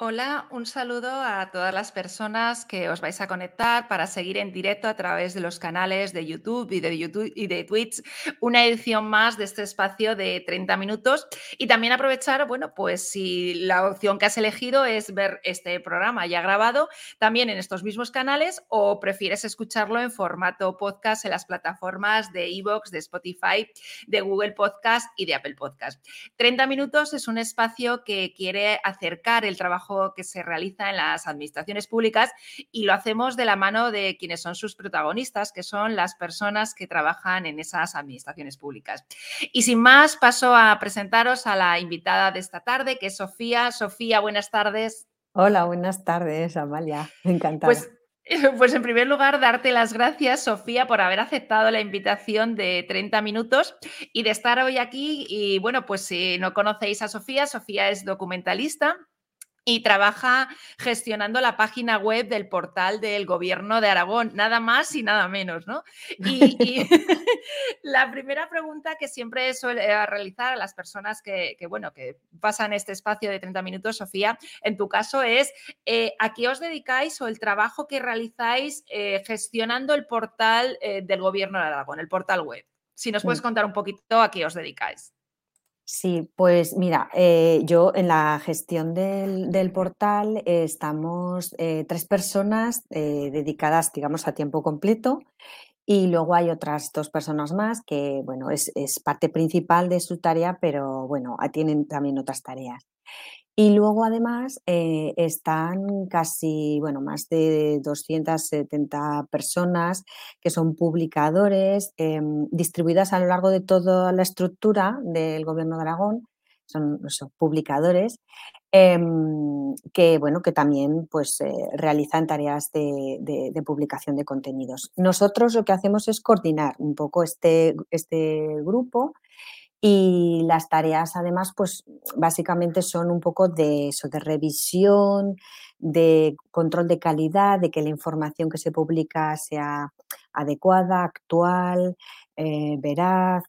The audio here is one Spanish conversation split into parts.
Hola, un saludo a todas las personas que os vais a conectar para seguir en directo a través de los canales de YouTube y de Twitch, una edición más de este espacio de 30 minutos. Y también aprovechar, bueno, pues si la opción que has elegido es ver este programa ya grabado, también en estos mismos canales, o prefieres escucharlo en formato podcast en las plataformas de iVoox, de Spotify, de Google Podcast y de Apple Podcast. 30 minutos es un espacio que quiere acercar el trabajo que se realiza en las administraciones públicas y lo hacemos de la mano de quienes son sus protagonistas, que son las personas que trabajan en esas administraciones públicas. Y sin más, paso a presentaros a la invitada de esta tarde, que es Sofía. Sofía, buenas tardes. Hola, buenas tardes, Amalia. Encantada. Pues pues en primer lugar, darte las gracias, Sofía, por haber aceptado la invitación de 30 minutos y de estar hoy aquí. Y bueno, pues si no conocéis a Sofía, Sofía es documentalista y trabaja gestionando la página web del portal del Gobierno de Aragón, nada más y nada menos, ¿no? Y la primera pregunta que siempre suele realizar a las personas bueno, que pasan este espacio de 30 minutos, Sofía, en tu caso es, ¿a qué os dedicáis o el trabajo que realizáis gestionando el portal del Gobierno de Aragón, el portal web? Si nos puedes Mm. contar un poquito a qué os dedicáis. Sí, pues mira, yo en la gestión del portal estamos tres personas dedicadas, digamos, a tiempo completo y luego hay otras dos personas más que, bueno, es parte principal de su tarea, pero bueno, tienen también otras tareas. Y luego además están casi, bueno, más de 270 personas que son publicadores distribuidas a lo largo de toda la estructura del Gobierno de Aragón. Son publicadores que, bueno, que también pues, realizan tareas de publicación de contenidos. Nosotros lo que hacemos es coordinar un poco este grupo y las tareas, además, pues básicamente son un poco de eso, de revisión, de control de calidad, de que la información que se publica sea adecuada, actual, veraz.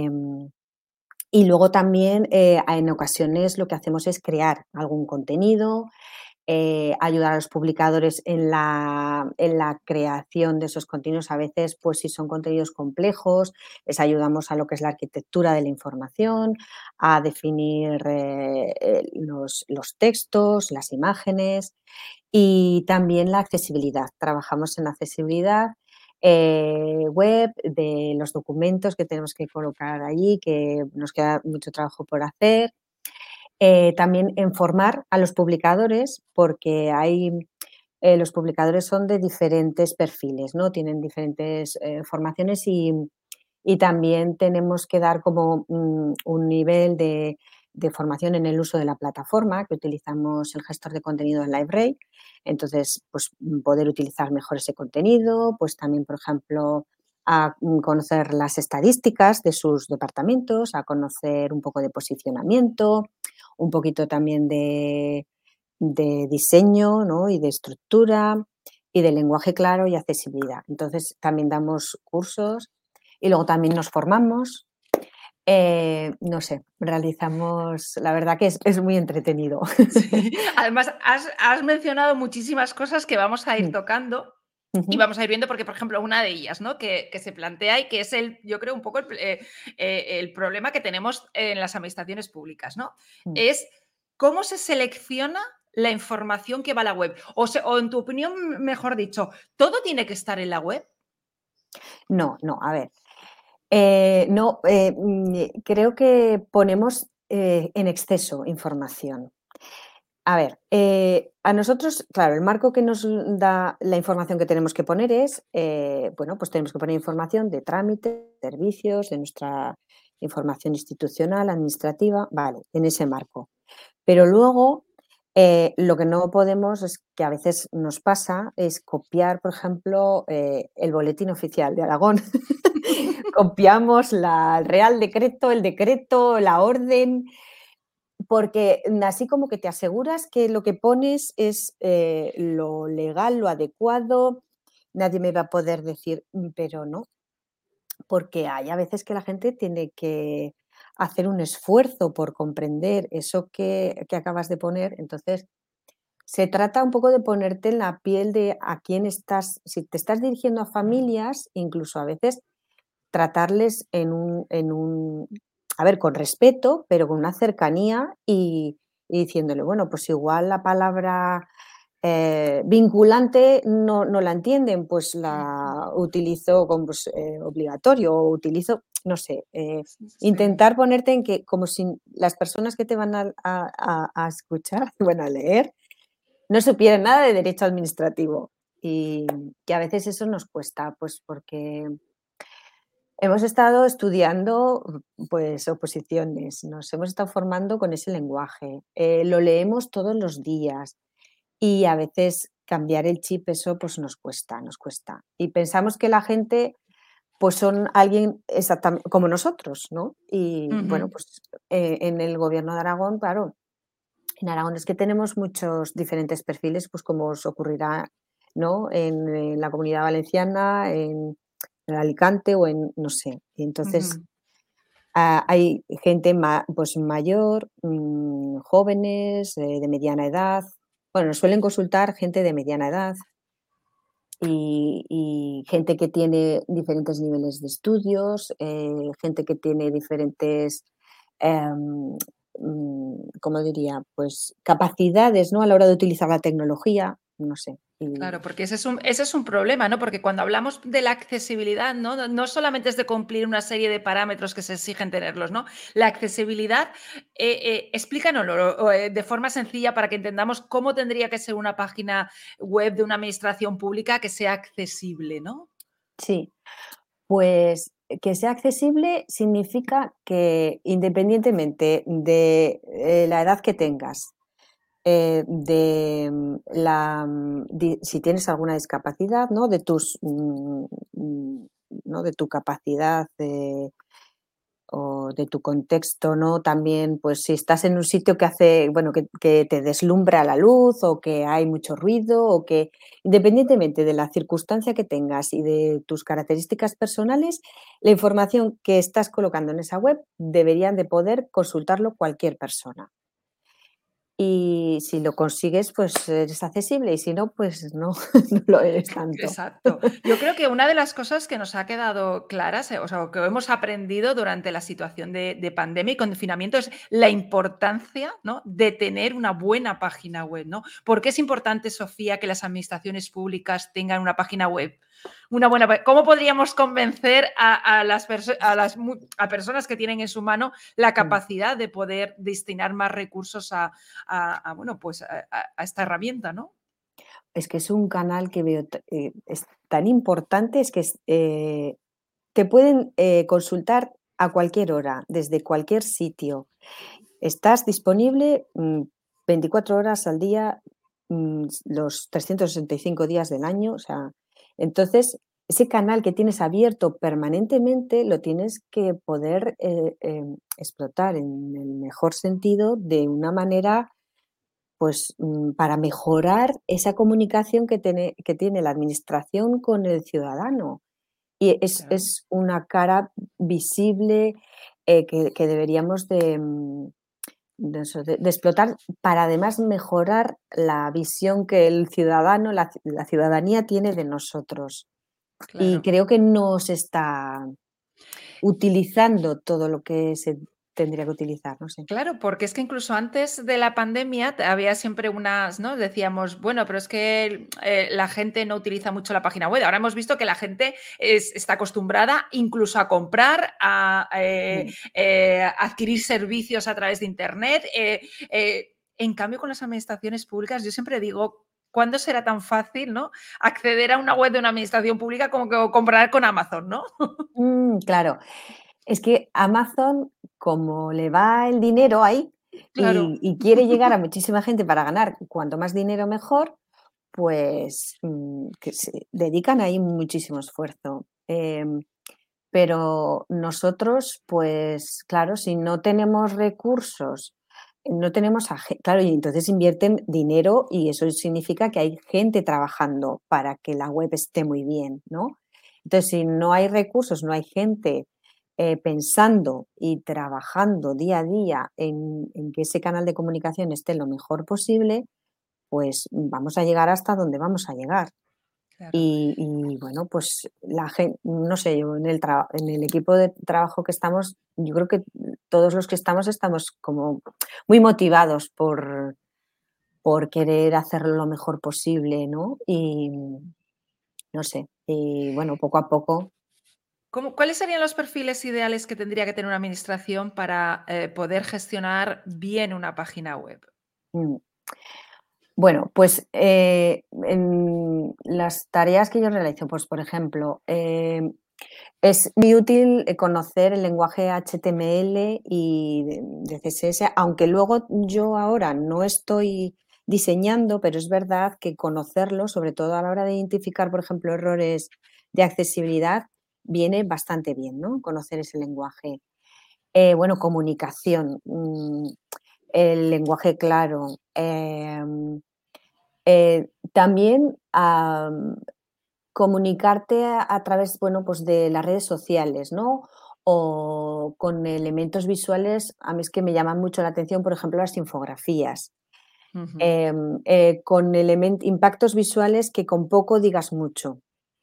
Y luego también, en ocasiones, lo que hacemos es crear algún contenido, ayudar a los publicadores en la creación de esos contenidos. A veces, pues si son contenidos complejos, les ayudamos a lo que es la arquitectura de la información, a definir los textos, las imágenes y también la accesibilidad. Trabajamos en la accesibilidad web de los documentos que tenemos que colocar allí, que nos queda mucho trabajo por hacer. También en formar a los publicadores, porque los publicadores son de diferentes perfiles, ¿no? Tienen diferentes formaciones y también tenemos que dar como un nivel de formación en el uso de la plataforma, que utilizamos el gestor de contenido en LiveRay. Entonces, pues poder utilizar mejor ese contenido, pues también, por ejemplo, a conocer las estadísticas de sus departamentos, a conocer un poco de posicionamiento, un poquito también de diseño, ¿no? Y de estructura y de lenguaje claro y accesibilidad. Entonces, también damos cursos y luego también nos formamos. No sé, realizamos, la verdad que es muy entretenido. Sí. Además, has mencionado muchísimas cosas que vamos a ir Mm, tocando y ujú, vamos a ir viendo, porque, por ejemplo, una de ellas, ¿no? Que se plantea y que es yo creo, un poco el problema que tenemos en las administraciones públicas, ¿no? mm. Es cómo se selecciona la información que va a la web. O en tu opinión, mejor dicho, ¿todo tiene que estar en la web? No, no, a ver. No, creo que ponemos en exceso información. A ver, a nosotros, claro, el marco que nos da la información que tenemos que poner es, bueno, pues tenemos que poner información de trámites, servicios, de nuestra información institucional, administrativa, vale, en ese marco. Pero luego, lo que no podemos es que a veces nos pasa es copiar, por ejemplo, el boletín oficial de Aragón. Copiamos el Real Decreto, el decreto, la orden, porque así como que te aseguras que lo que pones es lo legal, lo adecuado, nadie me va a poder decir, pero no, porque hay a veces que la gente tiene que hacer un esfuerzo por comprender eso que acabas de poner. Entonces, se trata un poco de ponerte en la piel de a quién estás, si te estás dirigiendo a familias, incluso a veces tratarles a ver, con respeto, pero con una cercanía y diciéndole, bueno, pues igual la palabra vinculante no la entienden, pues Ujú. la utilizo como pues, obligatorio o utilizo, no sé, Sí, intentar ponerte en que como si las personas que te van a escuchar, bueno, a leer, no supieran nada de derecho administrativo. Y que a veces eso nos cuesta, pues porque hemos estado estudiando, pues, oposiciones, nos hemos estado formando con ese lenguaje, lo leemos todos los días y a veces cambiar el chip, eso, pues, nos cuesta, nos cuesta. Y pensamos que la gente, pues, son alguien exactamente como nosotros, ¿no? Y bueno, ujú. pues, en el Gobierno de Aragón, claro, en Aragón es que tenemos muchos diferentes perfiles, pues, como os ocurrirá, ¿no? En la Comunidad Valenciana, en Alicante o en no sé. Y entonces, Ujú. hay gente pues mayor, jóvenes, de mediana edad. Bueno, nos suelen consultar gente de mediana edad y gente que tiene diferentes niveles de estudios, gente que tiene diferentes, ¿cómo diría? Pues capacidades, ¿no? A la hora de utilizar la tecnología, no sé. Claro, porque ese es un problema, ¿no? Porque cuando hablamos de la accesibilidad, ¿no? No solamente es de cumplir una serie de parámetros que se exigen tenerlos, ¿no? La accesibilidad, explícanoslo de forma sencilla para que entendamos cómo tendría que ser una página web de una administración pública que sea accesible, ¿no? Sí, pues que sea accesible significa que independientemente de la edad que tengas, si tienes alguna discapacidad, ¿no? ¿No? De tu capacidad o de tu contexto, ¿no? También, pues si estás en un sitio que hace, bueno, que te deslumbra la luz o que hay mucho ruido o que independientemente de la circunstancia que tengas y de tus características personales, la información que estás colocando en esa web deberían de poder consultarlo cualquier persona. Y si lo consigues, pues eres accesible y si no, pues no, no lo eres tanto. Exacto. Yo creo que una de las cosas que nos ha quedado claras, o sea, o que hemos aprendido durante la situación de pandemia y confinamiento es la importancia, ¿no? De tener una buena página web, ¿no? ¿Por qué es importante, Sofía, que las administraciones públicas tengan una página web? ¿Cómo podríamos convencer a personas que tienen en su mano la Mm. capacidad de poder destinar más recursos bueno, pues a esta herramienta, ¿no? Es que es un canal que veo, es tan importante, es que te pueden consultar a cualquier hora, desde cualquier sitio. Estás disponible 24 horas al día, los 365 días del año. O sea, entonces, ese canal que tienes abierto permanentemente lo tienes que poder explotar en el mejor sentido de una manera pues, para mejorar esa comunicación que tiene la administración con el ciudadano. Y Claro. es una cara visible, que deberíamos de explotar para además mejorar la visión que el ciudadano, la ciudadanía tiene de nosotros. Y Claro. creo que no se está utilizando todo lo que se tendría que utilizar, no sé. Claro, porque es que incluso antes de la pandemia había siempre unas, ¿no? Decíamos, bueno, pero es que la gente no utiliza mucho la página web. Ahora hemos visto que la gente está acostumbrada incluso a comprar, Mm. adquirir servicios a través de Internet. En cambio, con las administraciones públicas, yo siempre digo, ¿cuándo será tan fácil, ¿no? Acceder a una web de una administración pública como que comprar con Amazon, ¿no? Claro. Es que Amazon, como le va el dinero ahí Claro. y quiere llegar a muchísima gente para ganar cuanto más dinero mejor, pues que se dedican ahí muchísimo esfuerzo. Pero nosotros, pues claro, si no tenemos recursos, no tenemos claro, y entonces invierten dinero y eso significa que hay gente trabajando para que la web esté muy bien, ¿no? Entonces, si no hay recursos, no hay gente pensando y trabajando día a día en que ese canal de comunicación esté lo mejor posible, pues vamos a llegar hasta donde vamos a llegar. Claro. Y bueno, pues la gente, no sé, yo en el equipo de trabajo que estamos, yo creo que todos los que estamos como muy motivados por querer hacerlo lo mejor posible, ¿no? Y no sé, y bueno, poco a poco. ¿Cuáles serían los perfiles ideales que tendría que tener una administración para, poder gestionar bien una página web? mm, Bueno, pues en las tareas que yo realizo, pues por ejemplo, es muy útil conocer el lenguaje HTML y de CSS, aunque luego yo ahora no estoy diseñando, pero es verdad que conocerlo, sobre todo a la hora de identificar, por ejemplo, errores de accesibilidad, viene bastante bien, ¿no? Conocer ese lenguaje. Bueno, comunicación, el lenguaje claro. También, comunicarte a través, bueno, pues de las redes sociales, ¿no? O con elementos visuales, a mí es que me llaman mucho la atención, por ejemplo, las infografías, Ujú. con impactos visuales que con poco digas mucho.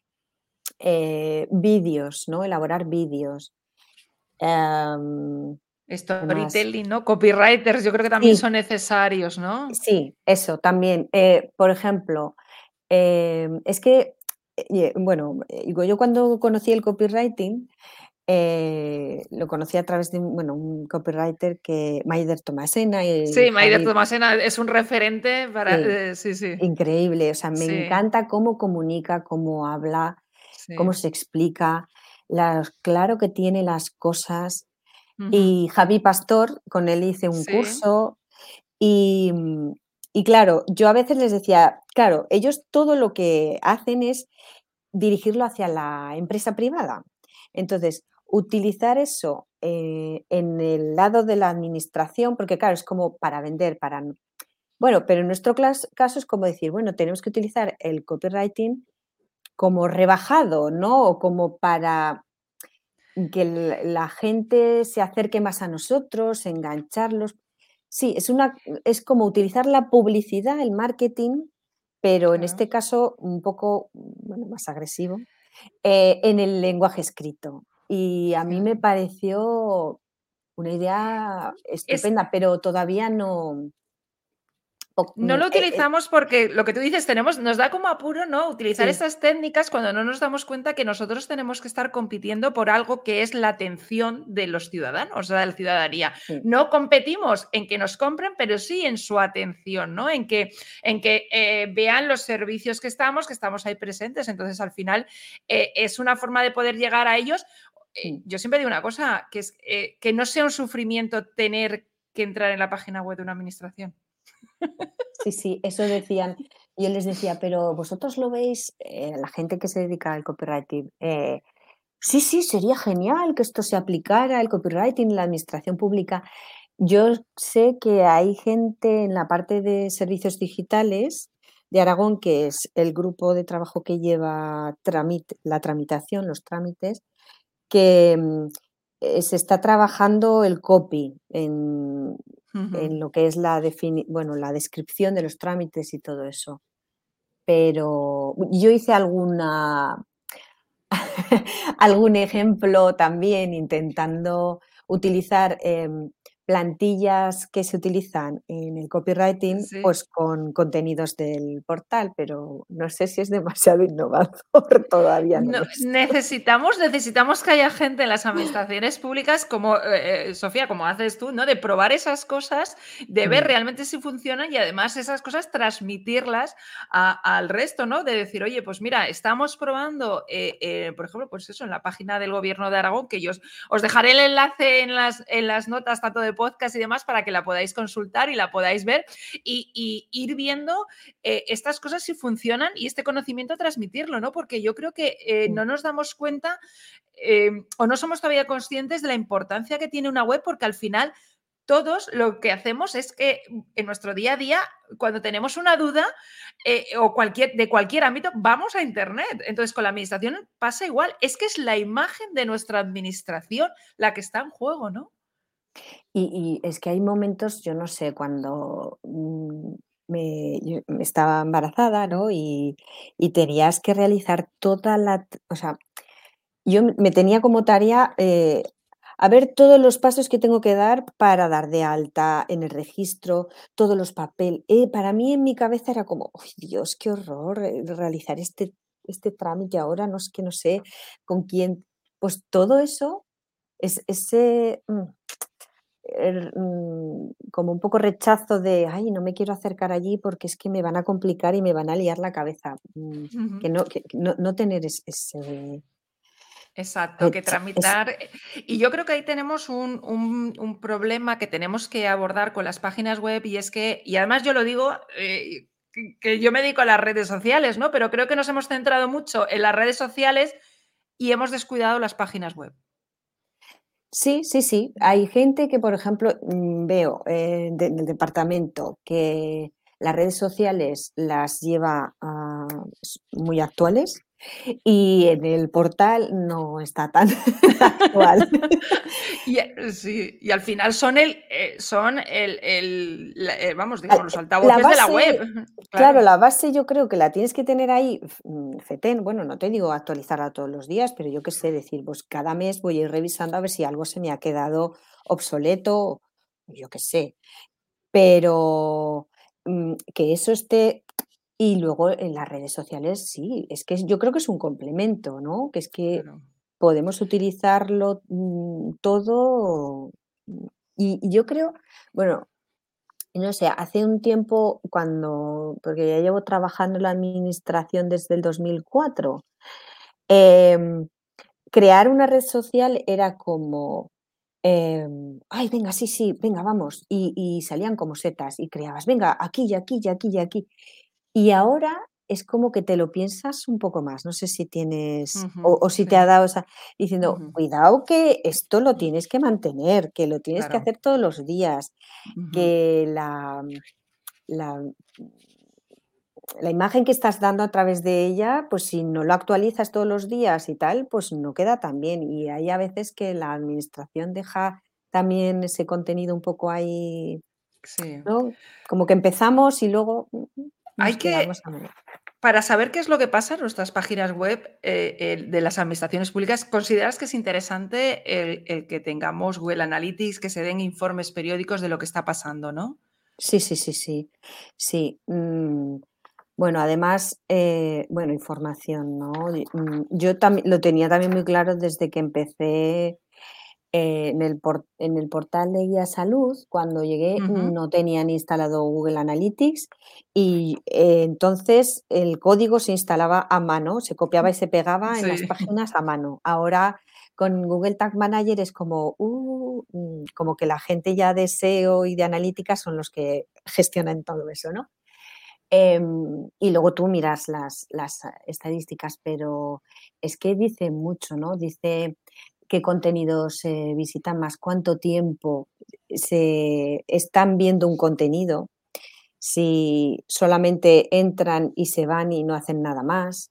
Vídeos, ¿no? Elaborar vídeos. ¿Qué más? Storytelling, ¿no? Copywriters, yo creo que también Sí, son necesarios, ¿no? sí, eso también. Por ejemplo, es que, bueno, digo, yo cuando conocí el copywriting, lo conocí a través de un copywriter que Maider Tomasena y Sí, Maider Javi, Tomasena es un referente para sí, sí, sí, increíble. O sea, me sí, encanta cómo comunica, cómo habla, cómo sí. se explica, claro que tiene las cosas. Ujú. Y Javi Pastor, con él hice un Sí, curso y, y claro, yo a veces les decía, claro, ellos todo lo que hacen es dirigirlo hacia la empresa privada. Entonces, utilizar eso, en el lado de la administración, porque claro, es como para vender, bueno, pero en nuestro caso es como decir, bueno, tenemos que utilizar el copywriting como rebajado, ¿no? O como para que la gente se acerque más a nosotros, engancharlos. Sí, es como utilizar la publicidad, el marketing, pero en claro. este caso un poco, bueno, más agresivo, en el lenguaje escrito. Y a mí me Sí. pareció una idea Es estupenda, pero todavía no. No lo utilizamos porque lo que tú dices, nos da como apuro, ¿no? Utilizar Sí, estas técnicas cuando no nos damos cuenta que nosotros tenemos que estar compitiendo por algo que es la atención de los ciudadanos, o sea, de la ciudadanía. sí, No competimos en que nos compren, pero sí en su atención, ¿no? En que vean los servicios que estamos ahí presentes. Entonces, al final, es una forma de poder llegar a ellos. mm, Yo siempre digo una cosa, que es que no sea un sufrimiento tener que entrar en la página web de una administración. sí, sí, eso decían. Yo les decía, pero vosotros lo veis, la gente que se dedica al copywriting, sí, sí, sería genial que esto se aplicara, el copywriting en la administración pública. Yo sé que hay gente en la parte de servicios digitales de Aragón, que es el grupo de trabajo que lleva la tramitación, los trámites, que se está trabajando el copy en lo que es la descripción de los trámites y todo eso. Pero yo hice algún ejemplo también intentando utilizar, plantillas que se utilizan en el copywriting, Sí. pues con contenidos del portal, pero no sé si es demasiado innovador, todavía no No, lo sé. necesitamos que haya gente en las administraciones públicas como, Sofía, como haces tú, ¿no? De probar esas cosas, de ver Mm, realmente si funcionan y además esas cosas transmitirlas al resto, ¿no? De decir, oye, pues mira, estamos probando, por ejemplo, pues eso, en la página del Gobierno de Aragón, que yo os dejaré el enlace en las notas, tanto de podcast y demás, para que la podáis consultar y la podáis ver y ir viendo estas cosas si funcionan y este conocimiento transmitirlo, ¿no? Porque yo creo que mm. no nos damos cuenta o no somos todavía conscientes de la importancia que tiene una web porque al final todos lo que hacemos es que en nuestro día a día, cuando tenemos una duda o de cualquier ámbito, vamos a Internet. Entonces, con la administración pasa igual. Es que es la imagen de nuestra administración la que está en juego, ¿no? Y es que hay momentos, yo no sé, cuando, yo estaba embarazada, ¿no? Y tenías que realizar toda o sea, yo me tenía como tarea, a ver todos los pasos que tengo que dar para dar de alta en el registro, todos los papeles. Para mí en mi cabeza era como, ¡ay, Dios, qué horror realizar este trámite ahora! No es que no sé con quién. Pues todo eso es ese, como un poco rechazo de, ay, no me quiero acercar allí porque es que me van a complicar y me van a liar la cabeza. Ujú. Que no tener ese Exacto, que recha es tramitar. Y yo creo que ahí tenemos un problema que tenemos que abordar con las páginas web y es que, y además yo lo digo, que yo me dedico a las redes sociales, ¿no? Pero creo que nos hemos centrado mucho en las redes sociales y hemos descuidado las páginas web. Sí, sí, sí. Hay gente que, por ejemplo, veo, en el departamento que las redes sociales las lleva, muy actuales, y en el portal no está tan actual. Sí, y al final son vamos, digamos, Al los la altavoces de la web. base, claro, Claro, la base yo creo que la tienes que tener ahí, fetén, bueno, no te digo actualizarla todos los días, pero yo qué sé, decir, pues cada mes voy a ir revisando a ver si algo se me ha quedado obsoleto, yo qué sé. Pero, que eso esté y luego en las redes sociales sí, es que yo creo que es un complemento, ¿no? Que es que claro. podemos utilizarlo, todo, y yo creo, bueno, no sé, hace un tiempo porque ya llevo trabajando en la administración desde el 2004, em, crear una red social era como, ay, venga, sí, sí, venga, vamos. Y salían como setas y creabas, venga, aquí y aquí y aquí y aquí. Y ahora es como que te lo piensas un poco más. No sé si tienes, Ujú, o si te ha sí, dado esa, diciendo, ujú, cuidado que esto lo tienes que mantener, que lo tienes que claro. hacer todos los días, Ujú. que la, la imagen que estás dando a través de ella, pues si no lo actualizas todos los días y tal, pues no queda tan bien. Y hay a veces que la administración deja también ese contenido un poco ahí, Sí. ¿no? Como que empezamos y luego Hay nos quedamos que, a medio. para saber qué es lo que pasa en nuestras páginas web de las administraciones públicas, ¿consideras que es interesante el que tengamos Google Analytics, que se den informes periódicos de lo que está pasando, ¿no? Sí, sí, sí, sí. Sí. Bueno, además, bueno, información, ¿no? Yo también lo tenía también muy claro desde que empecé. En el portal de Guía Salud, cuando llegué, Ujú. no tenían instalado Google Analytics y, entonces el código se instalaba a mano, se copiaba y se pegaba en las Sí, páginas a mano. Ahora con Google Tag Manager es como, como que la gente ya de SEO y de analítica son los que gestionan todo eso, ¿no? Y luego tú miras las estadísticas, pero es que dice mucho, ¿no? Dice qué contenidos se visitan más, cuánto tiempo se están viendo un contenido, si solamente entran y se van y no hacen nada más,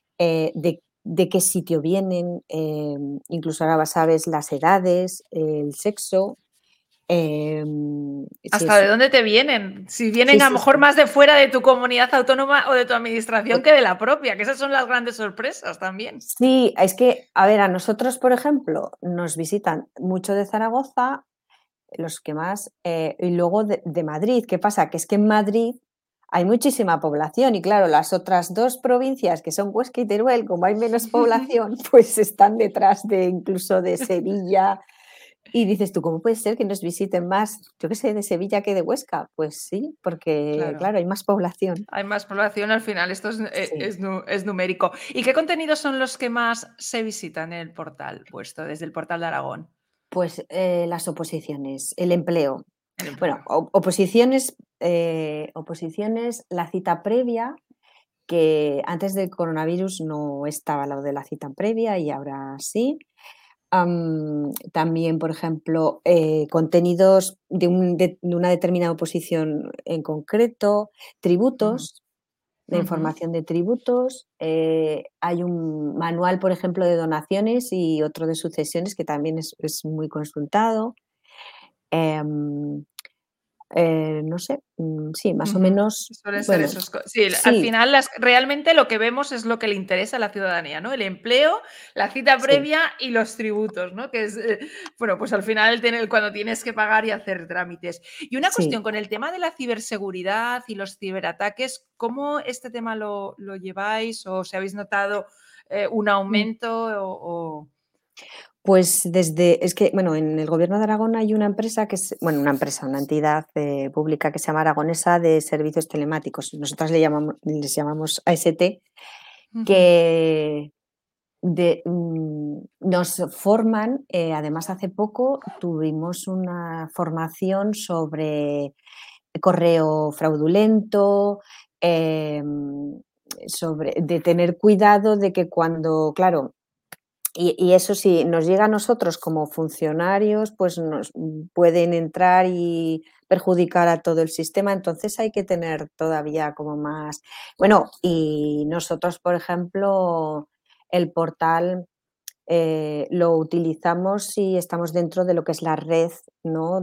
de qué sitio vienen, incluso ahora sabes las edades, el sexo, si ¿hasta de es... dónde te vienen? Si Sí, vienen a lo sí, mejor sí. más de fuera de tu comunidad autónoma o de tu administración que de la propia, que esas son las grandes sorpresas también. Sí, es que, a ver, a nosotros, por ejemplo, nos visitan mucho de Zaragoza, los que más, y luego de Madrid. ¿Qué pasa? Que es que en Madrid hay muchísima población y claro, las otras dos provincias que son Huesca y Teruel, como hay menos población, pues están detrás de incluso de Sevilla. Y dices tú, ¿cómo puede ser que nos visiten más, yo qué sé, de Sevilla que de Huesca? Pues sí, porque Claro. claro, hay más población. Hay más población, al final esto Sí. es numérico. ¿Y qué contenidos son los que más se visitan en el portal vuestro, desde el portal de Aragón? Pues, las oposiciones, el empleo. El Bueno, empleo. oposiciones, la cita previa, que antes del coronavirus no estaba lo de la cita previa y ahora sí. También, por ejemplo, contenidos de una determinada oposición en concreto, Ujú, tributos, la ujú. información de tributos. Hay un manual, por ejemplo, de donaciones y otro de sucesiones que también es muy consultado. Em, no sé, sí, más o Ujú. menos, Suelen ser bueno, esos sí, al sí, final realmente lo que vemos es lo que le interesa a la ciudadanía, ¿no? El empleo, la cita sí, previa y los tributos, ¿no? Que es, bueno, pues al final cuando tienes que pagar y hacer trámites. Y una sí. cuestión, con el tema de la ciberseguridad y los ciberataques, ¿cómo este tema lo lleváis o si habéis notado, un Mm. aumento o? Pues es que, bueno, en el Gobierno de Aragón hay una empresa que es, bueno, una empresa, una entidad pública que se llama Aragonesa de Servicios Telemáticos. Nosotras les llamamos AST, Ujú, que nos forman, además hace poco tuvimos una formación sobre correo fraudulento, sobre de tener cuidado de que cuando, claro, y eso sí, nos llega a nosotros como funcionarios, pues nos pueden entrar y perjudicar a todo el sistema, entonces hay que tener todavía como más bueno, y nosotros, por ejemplo, el portal, lo utilizamos si estamos dentro de lo que es la red, ¿no?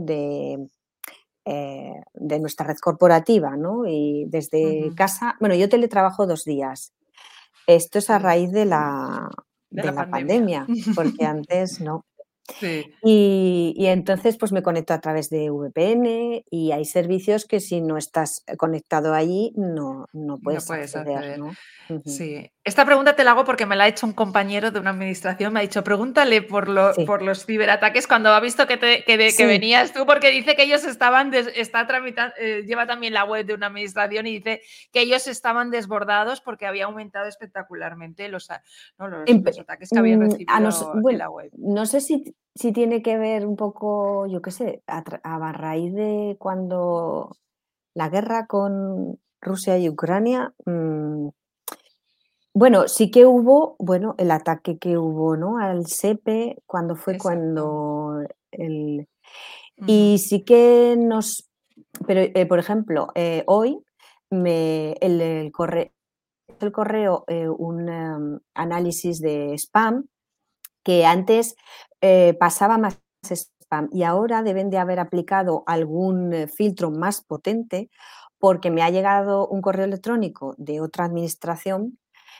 De nuestra red corporativa, ¿no? Y desde ujú. casa bueno, yo teletrabajo 2 días. Esto es a Sí, raíz de de la la pandemia. pandemia, porque antes no. Sí. Y entonces, pues me conecto a través de VPN y hay servicios que si no estás conectado allí no No puedes puedes acceder, acceder. ¿no? Ujú. Sí. Esta pregunta te la hago porque me la ha hecho un compañero de una administración. Me ha dicho, pregúntale Sí, por los ciberataques cuando ha visto que sí, venías tú, porque dice que ellos estaban, está tramitando, lleva también la web de una administración y dice que ellos estaban desbordados porque había aumentado espectacularmente ¿no? empe los ataques que habían recibido en bueno, la web. no sé si tiene que ver un poco, yo qué sé, a raíz de cuando la guerra con Rusia y Ucrania, bueno, sí que hubo, bueno, el ataque que hubo, ¿no?, al SEPE, cuando fue Exacto. cuando el Ujú, y sí que pero, por ejemplo, hoy el correo, un, análisis de spam que antes, pasaba más spam y ahora deben de haber aplicado algún filtro más potente, porque me ha llegado un correo electrónico de otra administración,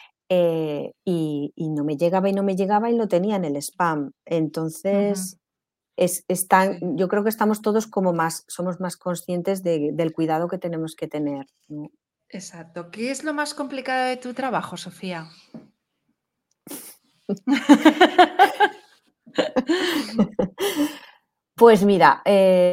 y no me llegaba, y no me llegaba, y lo tenía en el spam. ujú. Entonces, Sí. yo creo que estamos todos como somos más conscientes del cuidado que tenemos que tener, ¿no? Exacto. ¿Qué es lo más complicado de tu trabajo, Sofía? Pues mira,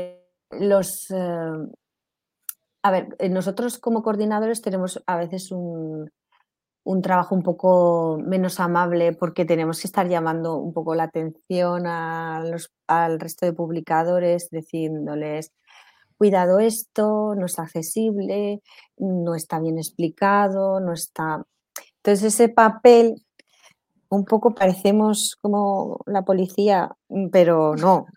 a ver, nosotros como coordinadores tenemos a veces un trabajo un poco menos amable porque tenemos que estar llamando un poco la atención al resto de publicadores, diciéndoles, cuidado esto, no está accesible, no está bien explicado, no está. Entonces ese papel un poco parecemos como la policía, pero no.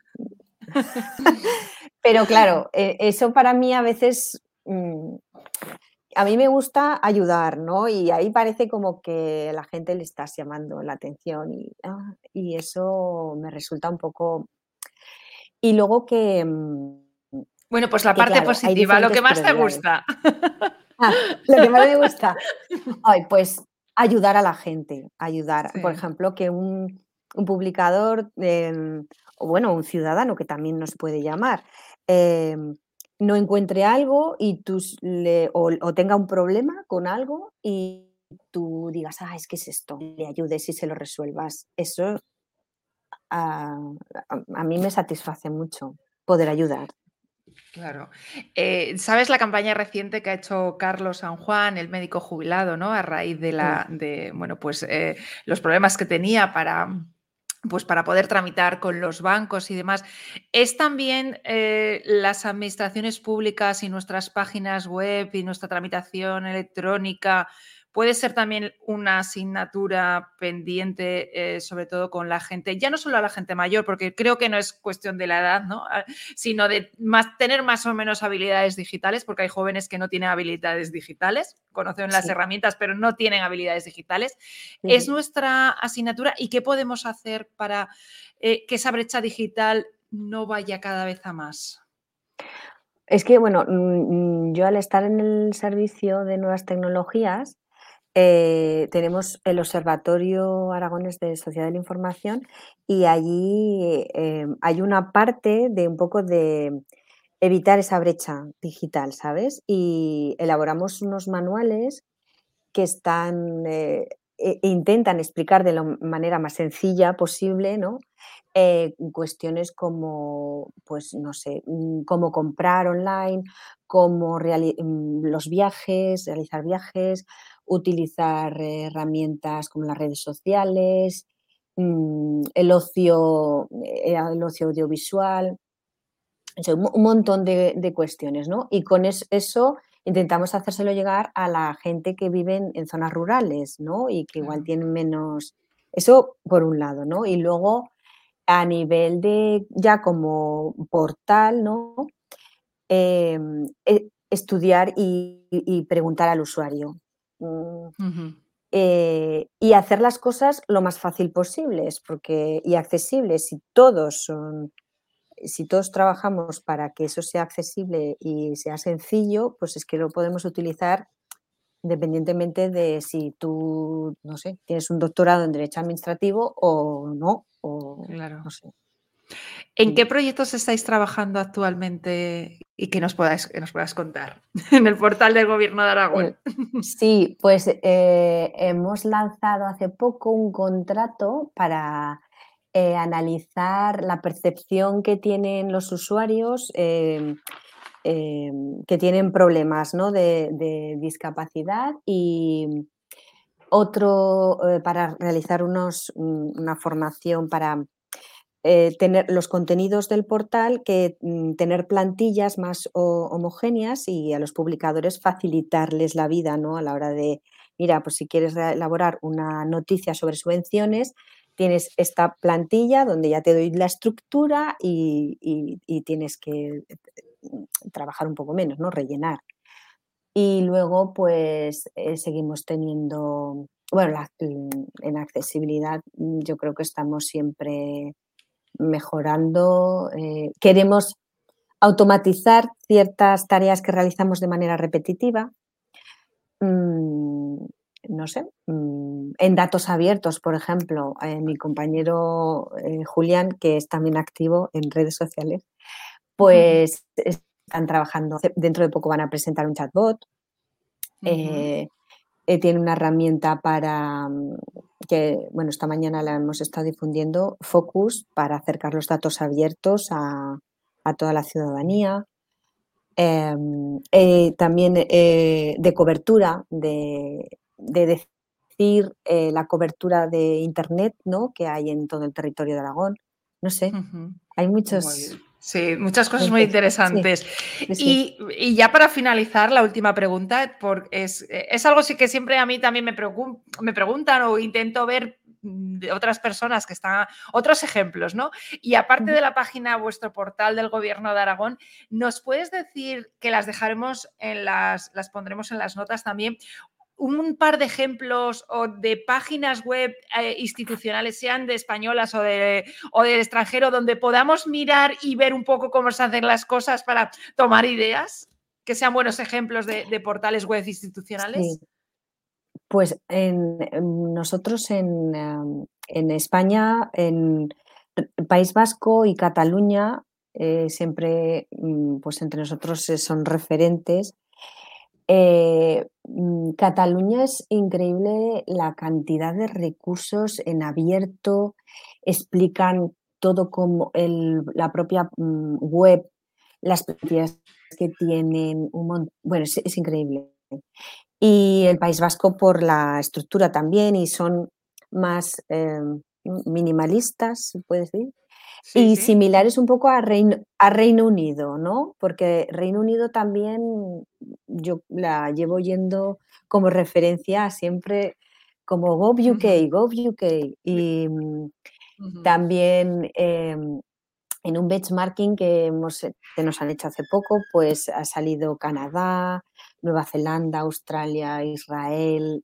Pero claro, eso para mí a veces, a mí me gusta ayudar, ¿no? Y ahí parece como que la gente le estás llamando la atención y eso me resulta un poco. Y luego Bueno, pues la que parte claro, hay positiva, lo que diferentes más te prioridades. gusta. Lo que más me gusta, ay, pues ayudar a la gente, ayudar. Por Sí. ejemplo, que un publicador, o bueno, un ciudadano que también nos puede llamar, no encuentre algo y o tenga un problema con algo y tú digas, es que es esto, le ayudes y se lo resuelvas. Eso a, a mí me satisface mucho poder ayudar. Claro. ¿Sabes la campaña reciente que ha hecho Carlos San Juan, el médico jubilado, ¿no? A raíz Mm, bueno, pues los problemas que tenía pues para poder tramitar con los bancos y demás. ¿Es también las administraciones públicas y nuestras páginas web y nuestra tramitación electrónica? Puede ser también una asignatura pendiente, sobre todo con la gente, ya no solo a la gente mayor, porque creo que no es cuestión de la edad, ¿no? Sino de tener más o menos habilidades digitales, porque hay jóvenes que no tienen habilidades digitales, conocen las sí. herramientas, pero no tienen habilidades digitales. Es Ujú. nuestra asignatura y qué podemos hacer para que esa brecha digital no vaya cada vez a más. Es que, bueno, yo al estar en el servicio de nuevas tecnologías, tenemos el Observatorio Aragones de Sociedad de la Información y allí hay una parte de un poco de evitar esa brecha digital, ¿sabes? Y elaboramos unos manuales que están, intentan explicar de la manera más sencilla posible, ¿no? Cuestiones como, pues no sé, cómo comprar online, cómo los viajes, realizar viajes, utilizar herramientas como las redes sociales, el ocio audiovisual, o sea, un montón de cuestiones, ¿no? Y con eso intentamos hacérselo llegar a la gente que vive en zonas rurales, ¿no? Y que igual Claro. tienen menos. Eso por un lado, ¿no? Y luego a nivel de ya como portal, ¿no? Estudiar y preguntar al usuario. Mm, Ujú. y hacer las cosas lo más fácil posibles porque, y accesibles. Si todos trabajamos para que eso sea accesible y sea sencillo, pues es que lo podemos utilizar independientemente de si tú, no sé, tienes un doctorado en derecho administrativo o no, o Claro. no sé. ¿En Mm. qué proyectos estáis trabajando actualmente y que nos puedas contar en el portal del Gobierno de Eh, Aragón? sí, pues hemos lanzado hace poco un contrato para analizar la percepción que tienen los usuarios que tienen problemas, ¿no? de discapacidad y otro para realizar una formación para tener los contenidos del portal, que tener plantillas más homogéneas y a los publicadores facilitarles la vida, ¿no? A la hora de, mira, pues si quieres elaborar una noticia sobre subvenciones, tienes esta plantilla donde ya te doy la estructura y tienes que trabajar un poco menos, ¿no? Rellenar. Y luego, pues, seguimos teniendo, bueno, en accesibilidad, yo creo que estamos siempre mejorando. Queremos automatizar ciertas tareas que realizamos de manera repetitiva. Mm, no sé, en datos abiertos, por ejemplo, mi compañero, Julián, que es también activo en redes sociales, pues, están trabajando, dentro de poco van a presentar un chatbot. Ujú. eh, Tiene una herramienta para, que, bueno, esta mañana la hemos estado difundiendo, Focus, para acercar los datos abiertos a toda la ciudadanía. También de cobertura, de decir la cobertura de Internet, ¿no? Que hay en todo el territorio de Aragón. No sé, Ujú. hay Muy muchos bien. Sí, muchas cosas muy frentes. Sí, interesantes. sí, sí. Y ya para finalizar, la última pregunta, es algo sí que siempre a mí también me preguntan o intento ver de otras personas que están, otros ejemplos, ¿no? Y aparte Ujú. de la página, vuestro portal del Gobierno de Aragón, ¿nos puedes decir que las dejaremos las pondremos en las notas también? Un par de ejemplos o de páginas web institucionales, sean de españolas o del extranjero, donde podamos mirar y ver un poco cómo se hacen las cosas para tomar ideas, que sean buenos ejemplos de portales web Sí. institucionales. Pues nosotros en España, en País Vasco y Cataluña, siempre, pues entre nosotros son referentes. Cataluña es increíble la cantidad de recursos en abierto, explican todo como la propia web, las plantillas que tienen, bueno, es increíble. Y el País Vasco por la estructura también, y son más minimalistas, se puede decir, Sí, y sí. similares un poco a Reino Unido, ¿no? Porque Reino Unido también yo la llevo yendo como referencia siempre como Ujú, Gov UK. Y ujú, también en un benchmarking que nos han hecho hace poco, pues ha salido Canadá, Nueva Zelanda, Australia, Israel,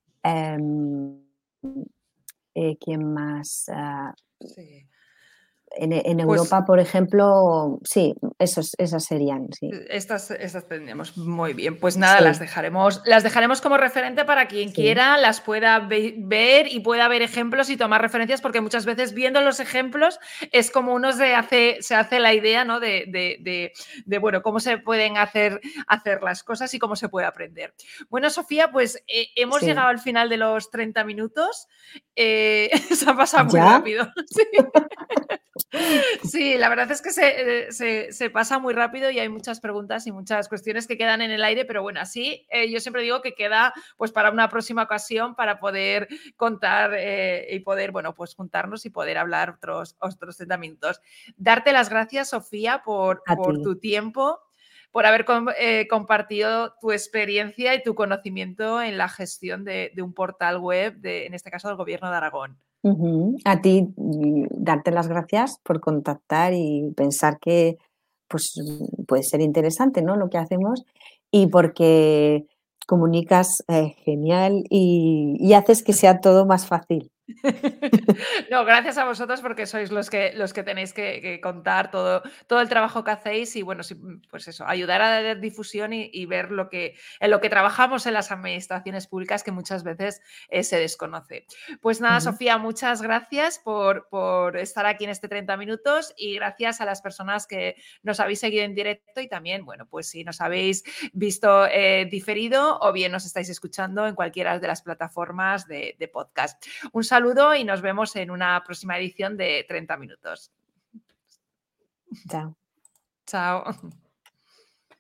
em, ¿quién más? sí. En Pues Europa, por ejemplo, sí, esas serían, sí. estas tendremos muy bien. Pues nada, Sí, las dejaremos como referente para quien sí, quiera las pueda ver y pueda ver ejemplos y tomar referencias, porque muchas veces viendo los ejemplos es como uno se hace la idea, ¿no? Bueno, cómo se pueden hacer las cosas y cómo se puede aprender. Bueno, Sofía, pues hemos sí. llegado al final de los 30 minutos. Se ha pasado muy ¿Ya? rápido. Sí. Sí, la verdad es que se pasa muy rápido y hay muchas preguntas y muchas cuestiones que quedan en el aire, pero bueno, así yo siempre digo que queda pues para una próxima ocasión para poder contar y poder, bueno, pues juntarnos y poder hablar otros 30 minutos. Darte las gracias, Sofía, A por ti. tu tiempo, por haber compartido tu experiencia y tu conocimiento en la gestión de un portal web, en este caso del Gobierno de Aragón. Ujú. A ti, darte las gracias por contactar y pensar que pues, puede ser interesante, ¿no?, lo que hacemos, y porque comunicas, genial y haces que sea todo más fácil. No, gracias a vosotros porque sois los que tenéis que contar todo el trabajo que hacéis y bueno, sí, pues eso, ayudar a dar difusión y ver en lo que trabajamos en las administraciones públicas que muchas veces se desconoce. Pues nada, Ujú. Sofía, muchas gracias por estar aquí en este 30 minutos y gracias a las personas que nos habéis seguido en directo y también, bueno, pues si nos habéis visto diferido o bien nos estáis escuchando en cualquiera de las plataformas de podcast. Un saludo y nos vemos en una próxima edición de 30 minutos. Chao. Chao.